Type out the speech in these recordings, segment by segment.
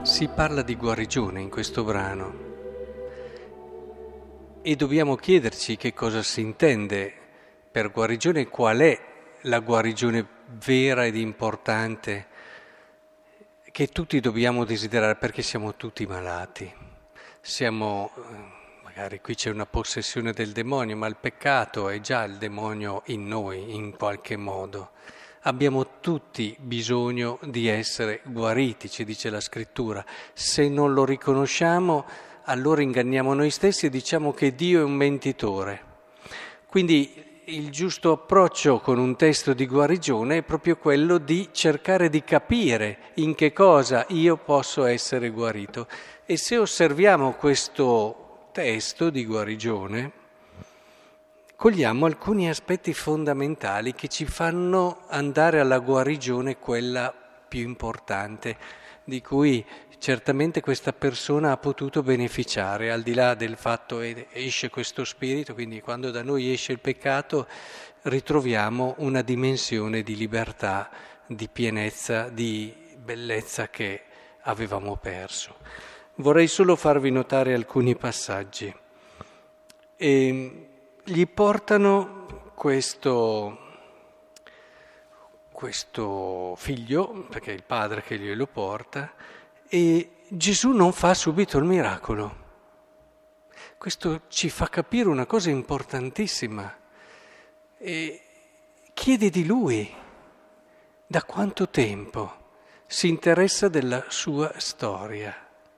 Si parla di guarigione in questo brano e dobbiamo chiederci che cosa si intende per guarigione, qual è la guarigione vera ed importante che tutti dobbiamo desiderare, perché siamo tutti malati. Magari qui c'è una possessione del demonio, ma il peccato è già il demonio in noi, in qualche modo. Abbiamo tutti bisogno di essere guariti, ci dice la Scrittura. Se non lo riconosciamo, allora inganniamo noi stessi e diciamo che Dio è un mentitore. Quindi il giusto approccio con un testo di guarigione è proprio quello di cercare di capire in che cosa io posso essere guarito. E se osserviamo questo testo di guarigione, cogliamo alcuni aspetti fondamentali che ci fanno andare alla guarigione, quella più importante, di cui certamente questa persona ha potuto beneficiare, al di là del fatto che esce questo spirito, quindi quando da noi esce il peccato ritroviamo una dimensione di libertà, di pienezza, di bellezza che avevamo perso. Vorrei solo farvi notare alcuni passaggi. Gli portano questo figlio, perché è il padre che glielo porta, e Gesù non fa subito il miracolo. Questo ci fa capire una cosa importantissima. Chiede di lui da quanto tempo si interessa della sua storia.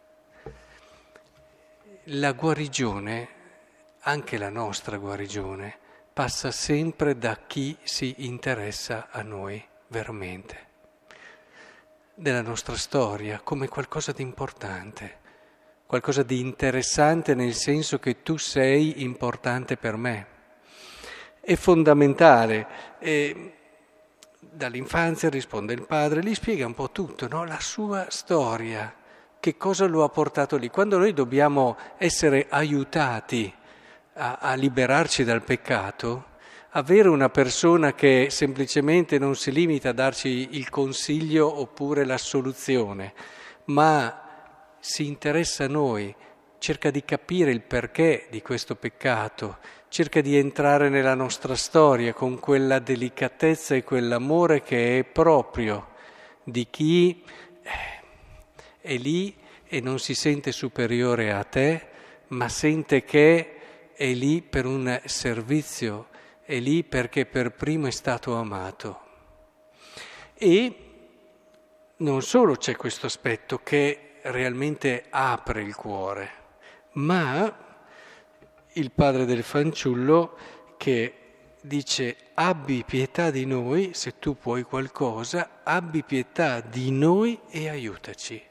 La guarigione, anche la nostra guarigione, passa sempre da chi si interessa a noi veramente, della nostra storia, come qualcosa di importante, qualcosa di interessante nel senso che tu sei importante per me. È fondamentale. Dall'infanzia risponde il padre, gli spiega un po' tutto, no? La sua storia, che cosa lo ha portato lì. Quando noi dobbiamo essere aiutati a liberarci dal peccato, avere una persona che semplicemente non si limita a darci il consiglio oppure la soluzione, ma si interessa a noi, cerca di capire il perché di questo peccato, cerca di entrare nella nostra storia con quella delicatezza e quell'amore che è proprio di chi è lì e non si sente superiore a te, ma sente che è lì per un servizio, è lì perché per primo è stato amato. E non solo c'è questo aspetto che realmente apre il cuore, ma il padre del fanciullo che dice: abbi pietà di noi, se tu puoi qualcosa, abbi pietà di noi e aiutaci.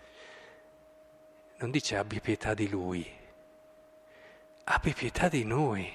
Non dice abbi pietà di lui, abbi pietà di noi.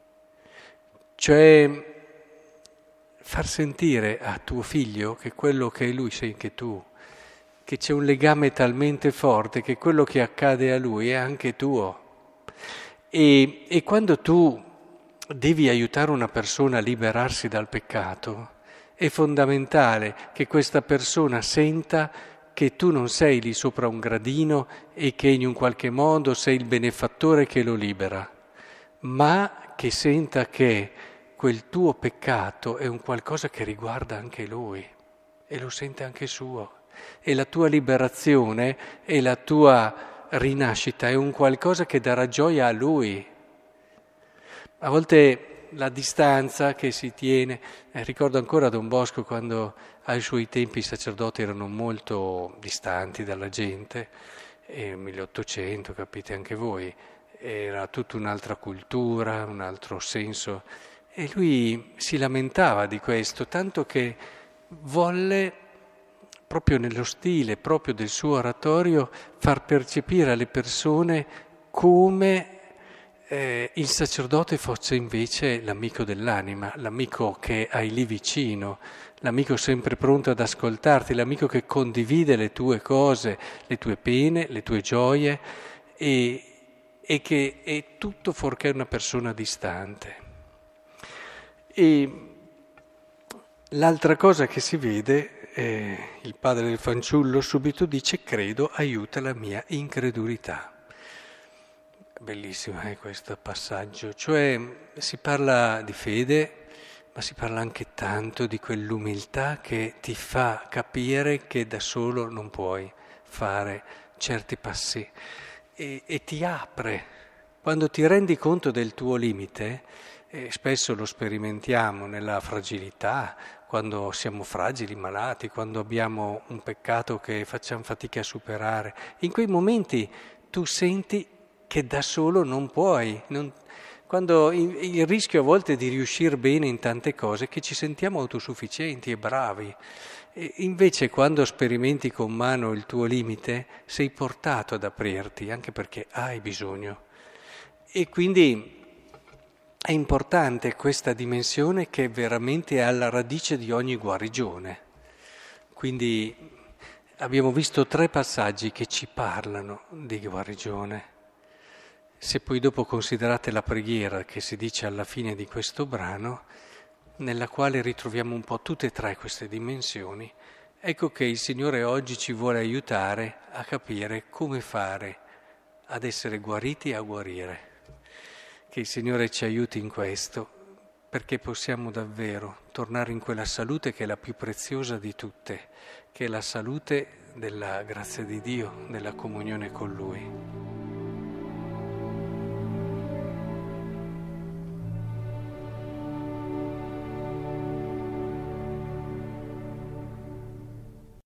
Cioè far sentire a tuo figlio che quello che è lui sei anche tu, che c'è un legame talmente forte che quello che accade a lui è anche tuo. E quando tu devi aiutare una persona a liberarsi dal peccato, è fondamentale che questa persona senta che tu non sei lì sopra un gradino e che in un qualche modo sei il benefattore che lo libera, ma che senta che quel tuo peccato è un qualcosa che riguarda anche lui e lo sente anche suo. E la tua liberazione e la tua rinascita è un qualcosa che darà gioia a lui. A volte la distanza che si tiene, ricordo ancora Don Bosco quando ai suoi tempi i sacerdoti erano molto distanti dalla gente, nel 1800, capite anche voi, era tutta un'altra cultura, un altro senso, e lui si lamentava di questo, tanto che volle, proprio nello stile proprio del suo oratorio, far percepire alle persone come il sacerdote fosse invece l'amico dell'anima, l'amico che hai lì vicino, l'amico sempre pronto ad ascoltarti, l'amico che condivide le tue cose, le tue pene, le tue gioie e che è tutto fuorché una persona distante. E l'altra cosa che si vede il padre del fanciullo subito dice: credo, aiuta la mia incredulità. Bellissimo questo passaggio, cioè si parla di fede, ma si parla anche tanto di quell'umiltà che ti fa capire che da solo non puoi fare certi passi e ti apre. Quando ti rendi conto del tuo limite, spesso lo sperimentiamo nella fragilità, quando siamo fragili, malati, quando abbiamo un peccato che facciamo fatica a superare, in quei momenti tu senti che da solo non puoi, quando il rischio a volte di riuscire bene in tante cose è che ci sentiamo autosufficienti e bravi. E invece quando sperimenti con mano il tuo limite sei portato ad aprirti, anche perché hai bisogno. E quindi è importante questa dimensione che è veramente alla radice di ogni guarigione. Quindi abbiamo visto 3 passaggi che ci parlano di guarigione. Se poi dopo considerate la preghiera che si dice alla fine di questo brano, nella quale ritroviamo un po' tutte e 3 queste dimensioni, ecco che il Signore oggi ci vuole aiutare a capire come fare ad essere guariti e a guarire. Che il Signore ci aiuti in questo, perché possiamo davvero tornare in quella salute che è la più preziosa di tutte, che è la salute della grazia di Dio, della comunione con Lui.